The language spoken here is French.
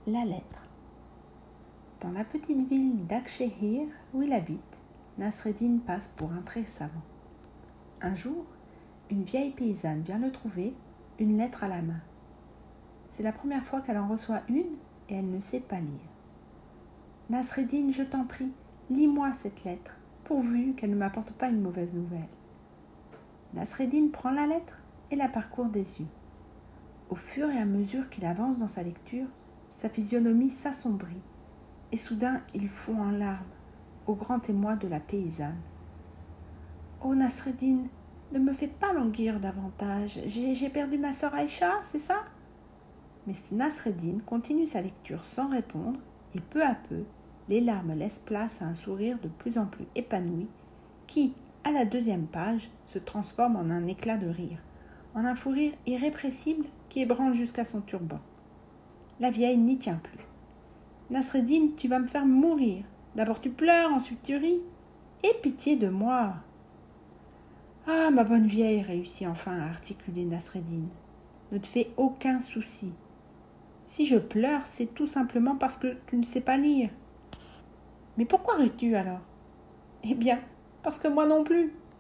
La lettre. Dans la petite ville d'Akshehir où il habite, Nasreddin passe pour un très savant. Un jour, une vieille paysanne vient le trouver, une lettre à la main. C'est la première fois qu'elle en reçoit une et elle ne sait pas lire. « Nasreddin, je t'en prie, lis-moi cette lettre, pourvu qu'elle ne m'apporte pas une mauvaise nouvelle. » Nasreddin prend la lettre et la parcourt des yeux. Au fur et à mesure qu'il avance dans sa lecture, sa physionomie s'assombrit et soudain il fond en larmes, au grand émoi de la paysanne. « Oh Nasreddin, ne me fais pas languir davantage, j'ai perdu ma sœur Aïcha, c'est ça ?» Mais Nasreddin continue sa lecture sans répondre et peu à peu, les larmes laissent place à un sourire de plus en plus épanoui qui, à la 2e page, se transforme en un éclat de rire, en un fou rire irrépressible qui ébranle jusqu'à son turban. La vieille n'y tient plus. « Nasreddin, tu vas me faire mourir. D'abord tu pleures, ensuite tu ris. Aie pitié de moi. » « Ah, ma bonne vieille, réussit enfin à articuler Nasreddin. Ne te fais aucun souci. Si je pleure, c'est tout simplement parce que tu ne sais pas lire. » « Mais pourquoi ris-tu alors ?»« Eh bien, parce que moi non plus.